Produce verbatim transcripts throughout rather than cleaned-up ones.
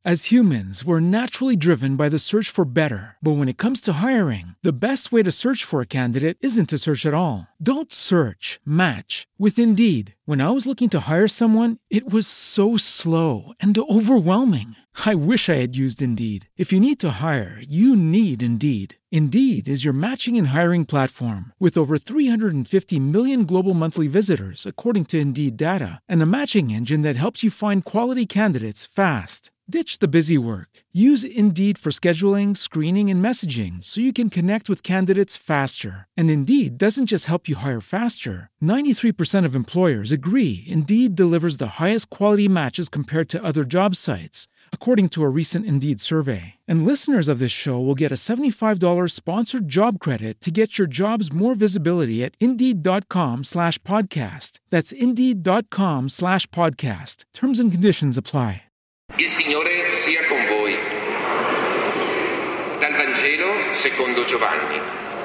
As humans, we're naturally driven by the search for better. But when it comes to hiring, the best way to search for a candidate isn't to search at all. Don't search, match with Indeed. When I was looking to hire someone, it was so slow and overwhelming. I wish I had used Indeed. If you need to hire, you need Indeed. Indeed is your matching and hiring platform with over three hundred fifty million global monthly visitors, according to Indeed data, and a matching engine that helps you find quality candidates fast. Ditch the busy work. Use Indeed for scheduling, screening, and messaging so you can connect with candidates faster. And Indeed doesn't just help you hire faster. ninety-three percent of employers agree Indeed delivers the highest quality matches compared to other job sites, according to a recent Indeed survey. And listeners of this show will get a seventy-five dollars sponsored job credit to get your jobs more visibility at Indeed.com slash podcast. That's Indeed.com slash podcast. Terms and conditions apply. Il Signore sia con voi. Dal Vangelo secondo Giovanni.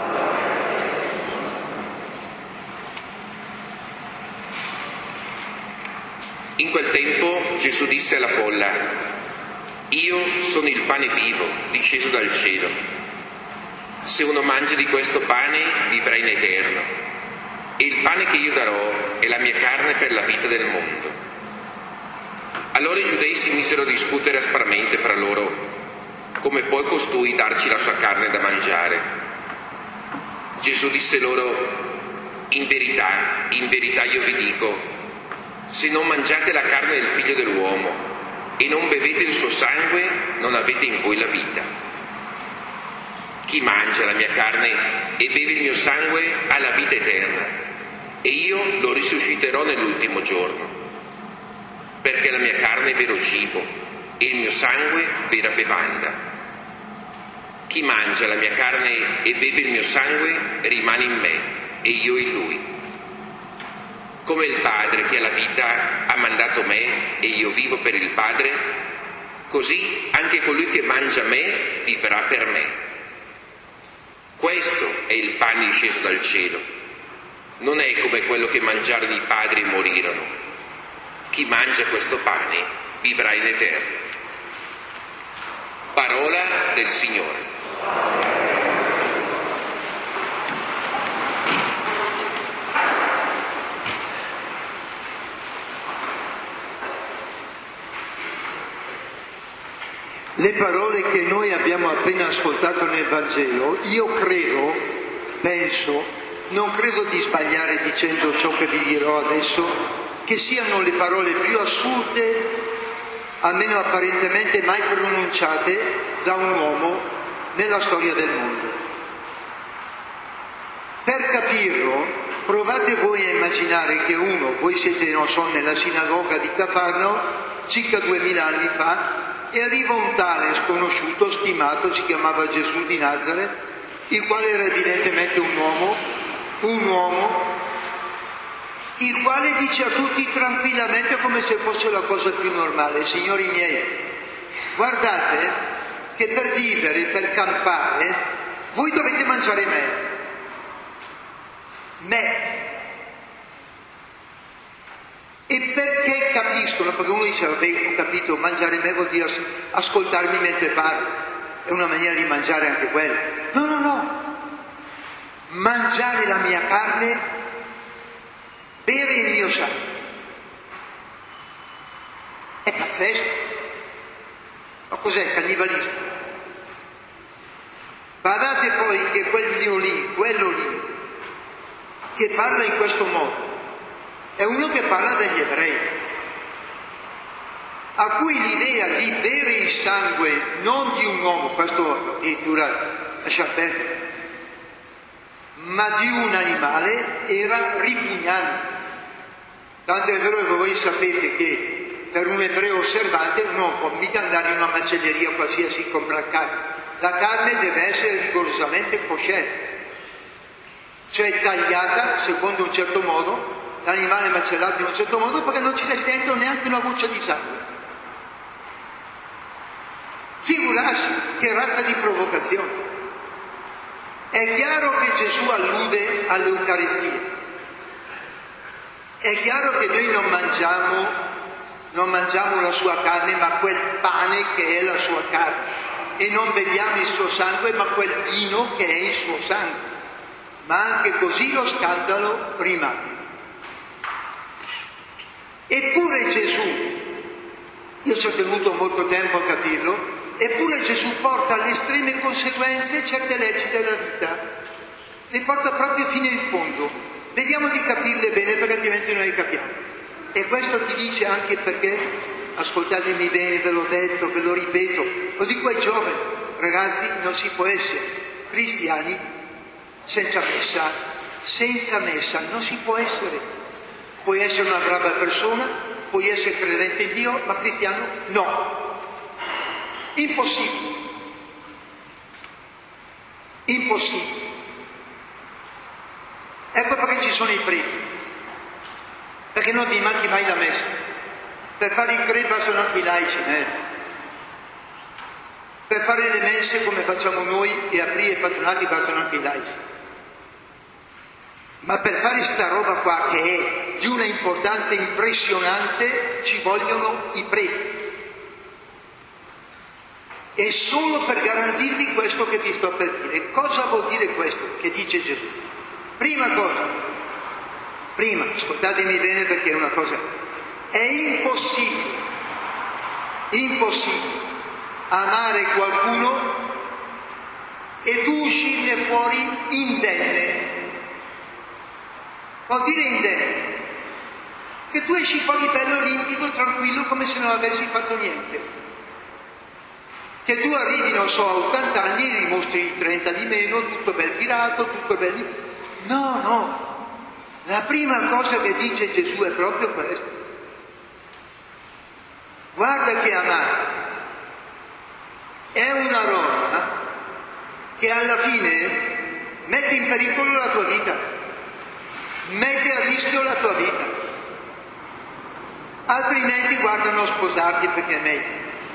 In quel tempo Gesù disse alla folla: Io sono il pane vivo, disceso dal cielo. Se uno mangia di questo pane, vivrà in eterno. E il pane che io darò è la mia carne per la vita del mondo. Allora i giudei si misero a discutere aspramente fra loro: come può costui darci la sua carne da mangiare? Gesù disse loro: in verità, in verità io vi dico, se non mangiate la carne del figlio dell'uomo e non bevete il suo sangue, non avete in voi la vita. Chi mangia la mia carne e beve il mio sangue ha la vita eterna, e io lo risusciterò nell'ultimo giorno. Perché la mia carne è vero cibo e il mio sangue vera bevanda. Chi mangia la mia carne e beve il mio sangue rimane in me e io in lui. Come il Padre che ha la vita ha mandato me e io vivo per il Padre, così anche colui che mangia me vivrà per me. Questo è il pane sceso dal cielo. Non è come quello che mangiarono i padri e morirono. Chi mangia questo pane vivrà in eterno. Parola del Signore. Le parole che noi abbiamo appena ascoltato nel Vangelo, io credo, penso, non credo di sbagliare dicendo ciò che vi dirò adesso, che siano le parole più assurde, almeno apparentemente mai pronunciate da un uomo nella storia del mondo. Per capirlo, provate voi a immaginare che uno, voi siete, non so, nella sinagoga di Cafarno, circa duemila anni fa, e arriva un tale sconosciuto, stimato, si chiamava Gesù di Nazareth, il quale era evidentemente un uomo, un uomo, il quale dice a tutti tranquillamente, come se fosse la cosa più normale: signori miei, guardate che per vivere, per campare, voi dovete mangiare me. Me. E perché capiscono? Perché uno dice, vabbè, ho capito, mangiare me vuol dire ascoltarmi mentre parlo. È una maniera di mangiare anche quella. No, no, no. Mangiare la mia carne, bere il mio sangue. È pazzesco. Ma cos'è il cannibalismo? Guardate poi che quello lì, quello lì, che parla in questo modo, è uno che parla degli ebrei, a cui l'idea di bere il sangue non di un uomo, questo addirittura lascia perdere, ma di un animale era ripugnante. Tanto è vero che voi sapete che per un ebreo osservante non può mica andare in una macelleria qualsiasi a comprare carne. La carne deve essere rigorosamente kosher, cioè tagliata secondo un certo modo, l'animale macellato in un certo modo, perché non ci resta dentro neanche una goccia di sangue. Figurarsi che razza di provocazione. È chiaro che Gesù allude all'Eucaristia. È chiaro che noi non mangiamo non mangiamo la sua carne, ma quel pane che è la sua carne. E non beviamo il suo sangue, ma quel vino che è il suo sangue. Ma anche così lo scandalo rimane. Eppure Gesù, io ci ho tenuto molto tempo a capirlo, eppure Gesù porta alle estreme conseguenze certe leggi della vita. Le porta proprio fino in fondo. Vediamo di capirle bene, perché altrimenti non le capiamo. E questo ti dice anche perché, ascoltatemi bene, ve l'ho detto, ve lo ripeto, lo dico ai giovani, ragazzi, non si può essere cristiani senza messa, senza messa, non si può essere. Puoi essere una brava persona, puoi essere credente in Dio, ma cristiano no. Impossibile. Impossibile. Ecco perché ci sono i preti. Perché non vi manchi mai la messa. Per fare i preti bastano anche i laici, eh? Per fare le messe come facciamo noi e aprire i patronati bastano anche i laici. Ma per fare sta roba qua, che è di una importanza impressionante, ci vogliono i preti. E solo per garantirvi questo che ti sto per dire. Cosa vuol dire questo che dice Gesù? Prima cosa, prima, ascoltatemi bene perché è una cosa, è impossibile, impossibile amare qualcuno e tu uscirne fuori indenne. Vuol dire indenne, che tu esci fuori bello limpido, tranquillo, come se non avessi fatto niente. Che tu arrivi, non so, a ottanta anni e dimostri trenta di meno, tutto ben tirato, tutto ben... No, no, la prima cosa che dice Gesù è proprio questo. Guarda che amare è una roba che alla fine mette in pericolo la tua vita, mette a rischio la tua vita. Altrimenti guarda, non sposarti perché è meglio,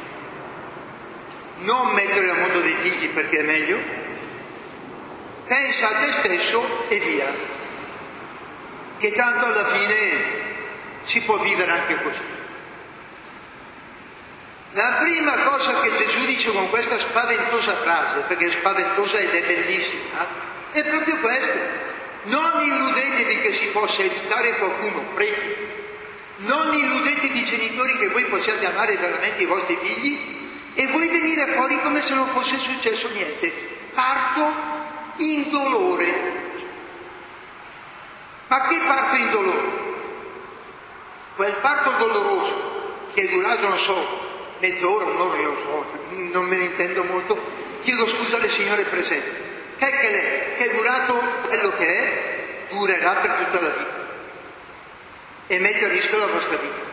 non mettere al mondo dei figli perché è meglio. Pensa a te stesso e via, che tanto alla fine si può vivere anche così. La prima cosa che Gesù dice con questa spaventosa frase, perché è spaventosa ed è bellissima, è proprio questo. Non illudetevi che si possa educare qualcuno, preti. Non illudetevi, genitori, che voi possiate amare veramente i vostri figli e voi venire fuori come se non fosse successo niente. Parto in dolore. Ma che parto in dolore? Quel parto doloroso che è durato, non so, mezz'ora, un'ora, io so, non me ne intendo molto, chiedo scusa alle signore presenti, che è che lei, che è durato quello che è, durerà per tutta la vita e mette a rischio la vostra vita.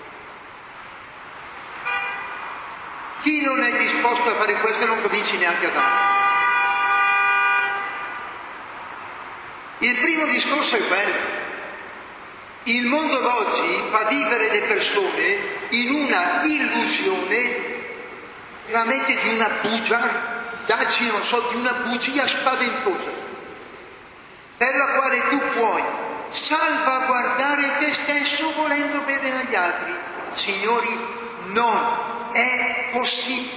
Chi non è disposto a fare questo non cominci neanche ad amare. Il primo discorso è quello. Il mondo d'oggi fa vivere le persone in una illusione veramente di una bugiardaggine, non so, di una bugia spaventosa, per la quale tu puoi salvaguardare te stesso volendo bene agli altri. Signori, non è possibile.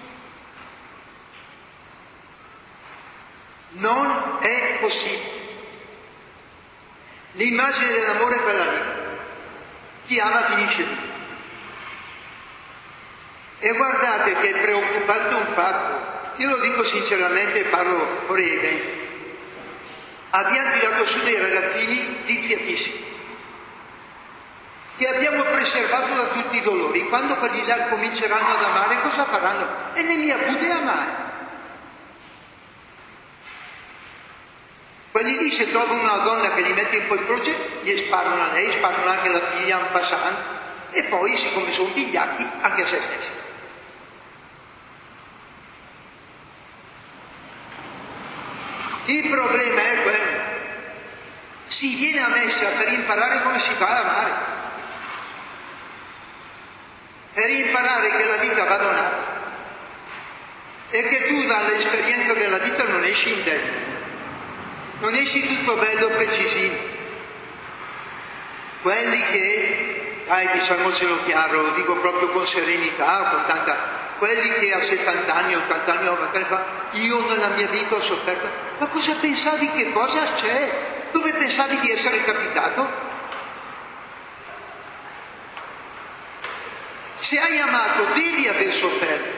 Non è possibile. L'immagine dell'amore è quella lì. Chi ama finisce lì. E guardate che è preoccupante un fatto. Io lo dico sinceramente, parlo fuori dai denti. Abbiamo tirato su dei ragazzini viziatissimi, che abbiamo preservato da tutti i dolori. Quando quelli là cominceranno ad amare, cosa faranno? E le mie bude amare. Quelli lì, se trovano una donna che li mette in quel croce, gli sparano a lei, sparano anche alla figlia un passante, e poi, siccome sono vigliacchi, anche a se stessi. Il problema è quello. Si viene a messa per imparare come si fa ad amare, per imparare che la vita va donata e che tu dall'esperienza della vita non esci indenne. Non esci tutto bello precisino. Quelli che Dai, diciamocelo chiaro, lo dico proprio con serenità, con tanta... quelli che a settanta anni, ottanta anni, novanta anni fa, io nella mia vita ho sofferto, ma cosa pensavi, che cosa c'è? Dove pensavi di essere capitato? Se hai amato devi aver sofferto,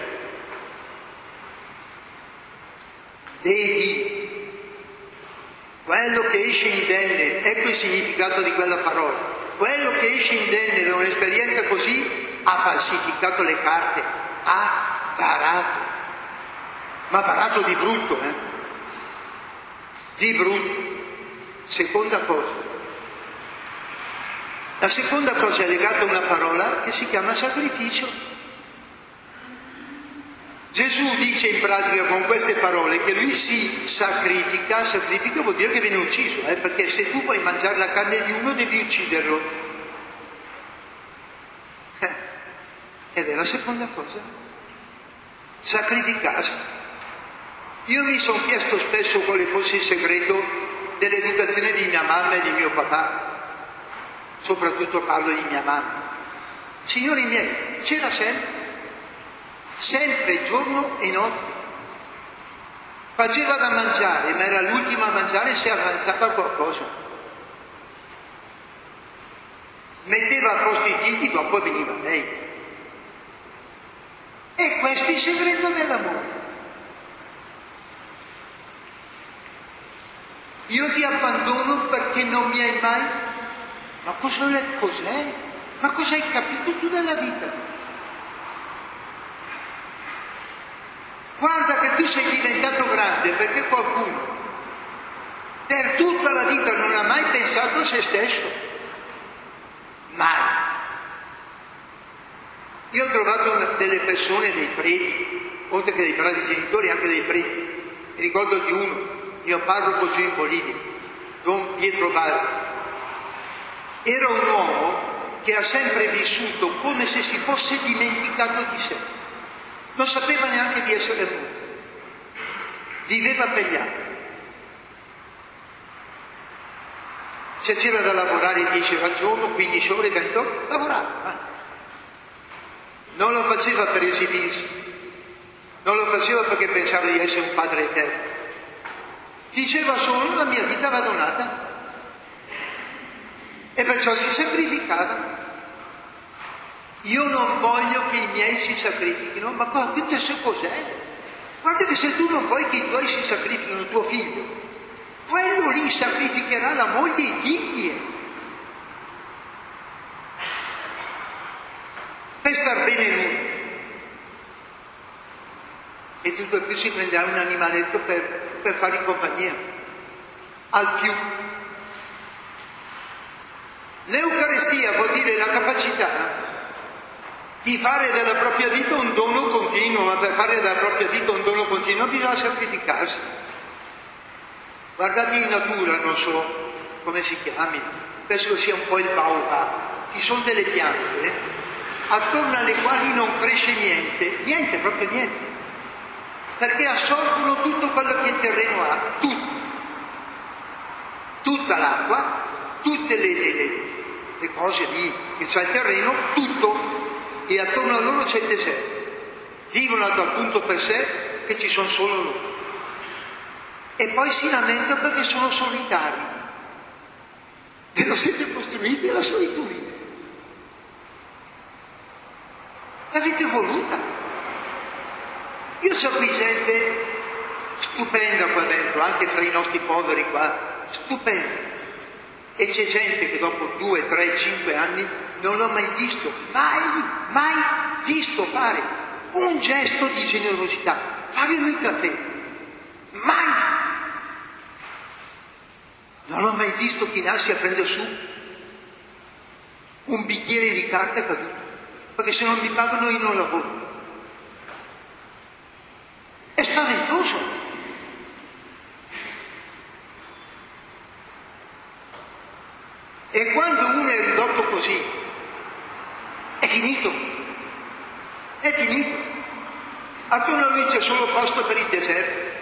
devi, quello che esce indenne, ecco il significato di quella parola, quello che esce indenne da un'esperienza così ha falsificato le carte, ha barato, ma barato di brutto, eh? Di brutto. Seconda cosa. La seconda cosa è legata a una parola che si chiama sacrificio. Gesù dice in pratica con queste parole che lui si sacrifica, sacrifica vuol dire che viene ucciso, eh? Perché se tu vuoi mangiare la carne di uno devi ucciderlo. Eh. Ed è la seconda cosa. Sacrificarsi. Io mi sono chiesto spesso quale fosse il segreto dell'educazione di mia mamma e di mio papà. Soprattutto parlo di mia mamma. Signori miei, c'era sempre, sempre giorno e notte. Faceva da mangiare, ma era l'ultima a mangiare se avanzava qualcosa. Metteva a posto i figli, dopo veniva lei. E questo è il segreto dell'amore. Io ti abbandono perché non mi hai mai... Ma cosa è, cos'è? Ma cosa hai capito tu della vita? Guarda che tu sei diventato grande perché qualcuno per tutta la vita non ha mai pensato a se stesso. Mai. Io ho trovato una, delle persone, dei preti, oltre che dei frati genitori, anche dei preti. Mi ricordo di uno, mio parroco giù in Bolivia, Don Pietro Balzi. Era un uomo che ha sempre vissuto come se si fosse dimenticato di sé. Non sapeva neanche di essere morto. Viveva per gli altri. Se c'era da lavorare dieci ore al giorno, quindici ore, venti ore, lavorava. Non lo faceva per esibirsi. Non lo faceva perché pensava di essere un padre eterno. Diceva solo: la mia vita va donata. E perciò si sacrificava. Io non voglio che i miei si sacrifichino, ma guarda, se cos'è? Guarda che se tu non vuoi che i tuoi si sacrifichino, tuo figlio, quello lì sacrificherà la moglie e i figli. Per star bene lui. E tutto il più si prenderà un animaletto per, per fargli compagnia. Al più. L'Eucaristia vuol dire la capacità di fare della propria vita un dono continuo, ma per fare della propria vita un dono continuo bisogna sacrificarsi. Guardate in natura, non so come si chiami, penso sia un po' il baobab, ci sono delle piante eh, attorno alle quali non cresce niente, niente, proprio niente, perché assorbono tutto quello che il terreno ha, tutto, tutta l'acqua, tutte le, le, le le cose lì che c'è il terreno, tutto, e attorno a loro c'è il deserto. Vivono a tal punto per sé che ci sono solo loro. E poi si lamentano perché sono solitari. Ve lo siete costruiti la solitudine. L'avete voluta. Io so qui gente stupenda qua dentro, anche tra i nostri poveri qua, stupenda. E c'è gente che dopo due, tre, cinque anni non l'ho mai visto, mai, mai visto fare un gesto di generosità. Pagano il caffè. Mai! Non l'ho mai visto chinarsi a prendere su un bicchiere di carta caduto, perché se non mi pagano io non lavoro. È spaventoso. E quando uno è ridotto così, è finito, è finito. Attorno a lui c'è solo posto per il deserto.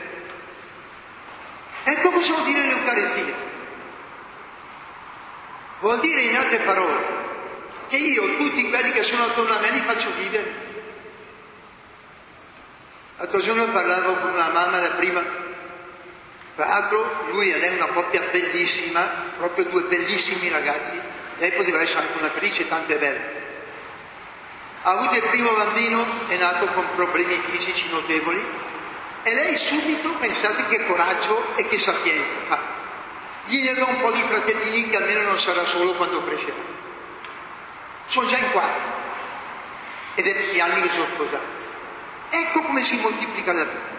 Ecco cosa vuol dire l'Eucaristia. Vuol dire, in altre parole, che io tutti quelli che sono attorno a me li faccio vivere. L'altro giorno parlavo con una mamma, la prima, tra l'altro lui e lei una coppia bellissima, proprio due bellissimi ragazzi, lei poteva essere anche un'attrice, tanto è bella. Ha avuto il primo bambino, è nato con problemi fisici notevoli e lei subito, pensate che coraggio e che sapienza fa. Gli ne do un po' di fratellini che almeno non sarà solo quando crescerà. Sono già in quattro ed è più anni che sono sposato. Ecco come si moltiplica la vita.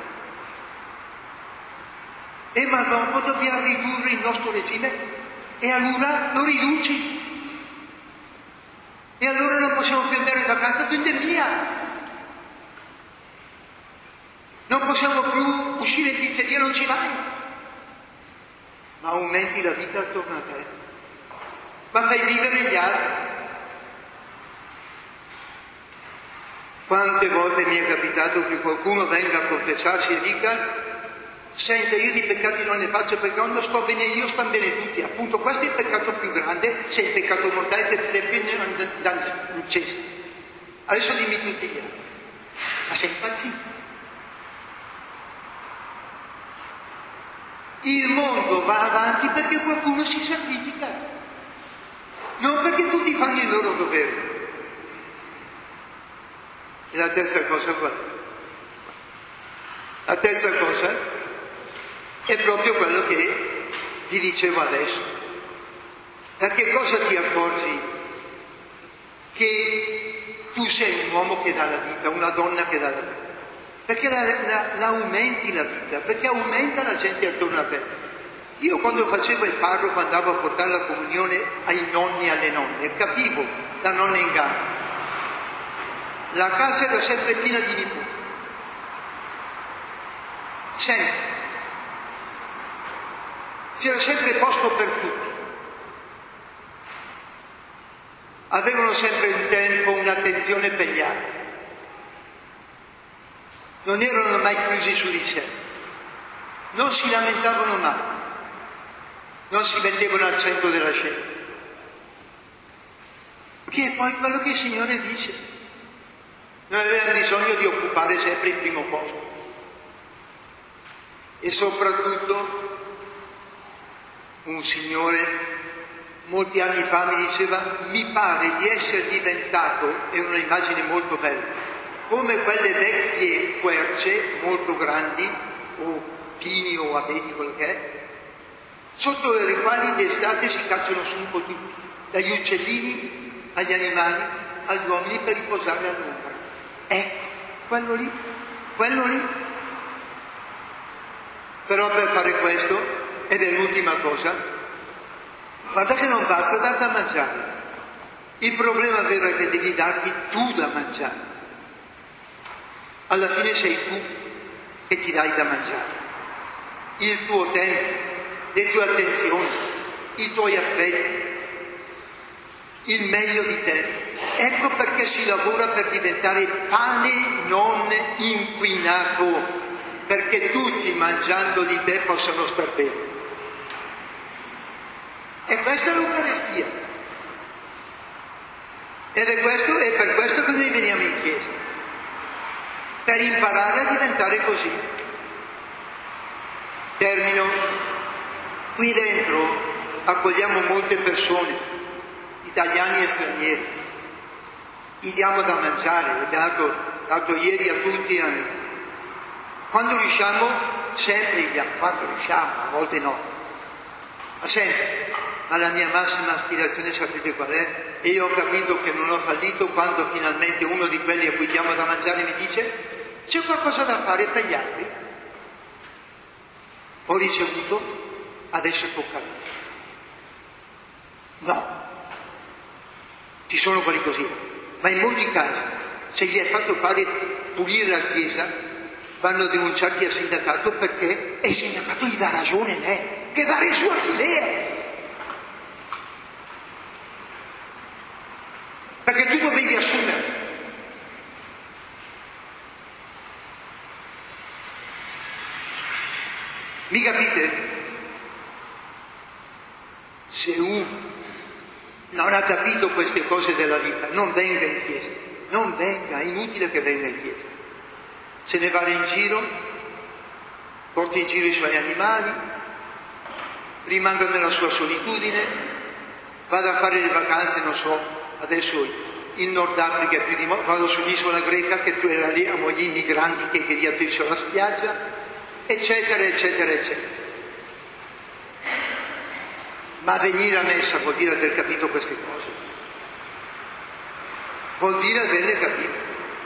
E ma dopo dobbiamo ridurre il nostro regime e allora lo riduci. E allora non possiamo più andare in vacanza, più andare via. Non possiamo più uscire in pizzeria, non ci vai. Ma aumenti la vita attorno a te. Ma fai vivere gli altri. Quante volte mi è capitato che qualcuno venga a confessarsi e dica: senta, io di peccati non ne faccio perché quando sto bene io stanno bene tutti. Appunto, questo è il peccato più grande, se il peccato mortale è in cesso. Adesso dimmi tutti gli altri. Ma sei impazzito? Il mondo va avanti perché qualcuno si sacrifica, non perché tutti fanno il loro dovere. E la terza cosa qual è? La terza cosa è proprio quello che ti dicevo adesso. Da che cosa ti accorgi che tu sei un uomo che dà la vita, una donna che dà la vita? Perché la, la, la aumenti la vita, perché aumenta la gente attorno a te. Io quando facevo il parroco andavo a portare la comunione ai nonni e alle nonne, capivo la nonna in gamba. La casa era sempre piena di nipoti. Sempre. C'era sempre posto per tutti. Avevano sempre un tempo, un'attenzione per gli altri. Non erano mai chiusi su di sé. Non si lamentavano mai. Non si mettevano al centro della scena. Che è poi quello che il Signore dice. Noi avevamo bisogno di occupare sempre il primo posto. E soprattutto un signore molti anni fa mi diceva: mi pare di essere diventato, è una immagine molto bella, come quelle vecchie querce molto grandi, o pini o abeti, quello che è, sotto le quali d'estate si cacciano su un po' tutti, dagli uccellini agli animali, agli uomini, per riposare all'ombra. Ecco, quello lì, quello lì. Però per fare questo, ed è l'ultima cosa, guarda che non basta dar da mangiare. Il problema vero è che devi darti tu da mangiare. Alla fine sei tu che ti dai da mangiare. Il tuo tempo, le tue attenzioni, i tuoi affetti, il meglio di te. Ecco perché si lavora per diventare pane non inquinato, perché tutti mangiando di te possano star bene. E questa è l'Eucaristia. Ed è questo, è per questo che noi veniamo in chiesa, per imparare a diventare così. Termino. Qui dentro accogliamo molte persone, italiani e stranieri. Gli diamo da mangiare, l'ho dato, dato ieri a tutti. Eh. Quando riusciamo, sempre gli diamo, quando riusciamo, a volte no, ma sempre. Ma la mia massima aspirazione sapete qual è? E io ho capito che non ho fallito quando finalmente uno di quelli a cui diamo da mangiare mi dice: c'è qualcosa da fare per gli altri? Ho ricevuto, adesso tocca a me. No, ci sono quelli così, ma in molti casi, se gli è fatto fare pulire la chiesa, vanno denunciati al sindacato perché il sindacato gli dà ragione, né? Che dare su a chi è. Perché tu dovevi assumere. Mi capite? Se uno non ha capito queste cose cose della vita, non venga in chiesa, non venga, è inutile che venga in chiesa. Se ne vada in giro, porti in giro i suoi animali, rimanga nella sua solitudine, vada a fare le vacanze, non so, adesso in Nord Africa è più di mo- vado sull'isola greca che tu era lì, amo gli immigranti che queria tu sulla spiaggia, eccetera, eccetera, eccetera. Ma venire a messa vuol dire aver capito queste cose, vuol dire averle capite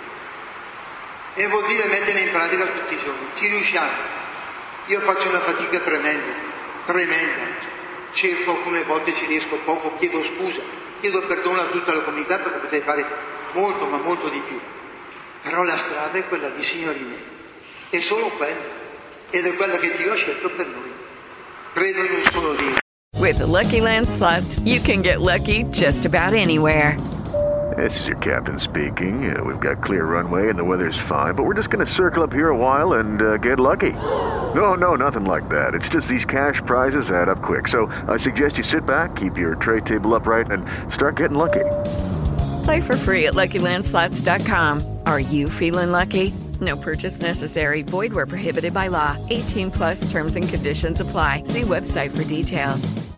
e vuol dire metterle in pratica tutti i giorni. Ci riusciamo. Io faccio una fatica tremenda, tremenda, cerco alcune volte, ci riesco poco, chiedo scusa, chiedo perdono a tutta la comunità perché potrei fare molto, ma molto di più, però la strada è quella di Signori miei, è solo quella, ed è quella che Dio ha scelto per noi. Credo in un solo Dio. With the Lucky Land Slots, you can get lucky just about anywhere. This is your captain speaking. Uh, we've got clear runway and the weather's fine, but we're just going to circle up here a while and uh, get lucky. No, no, nothing like that. It's just these cash prizes add up quick. So I suggest you sit back, keep your tray table upright, and start getting lucky. Play for free at Lucky Land Slots dot com. Are you feeling lucky? No purchase necessary. Void where prohibited by law. eighteen plus terms and conditions apply. See website for details.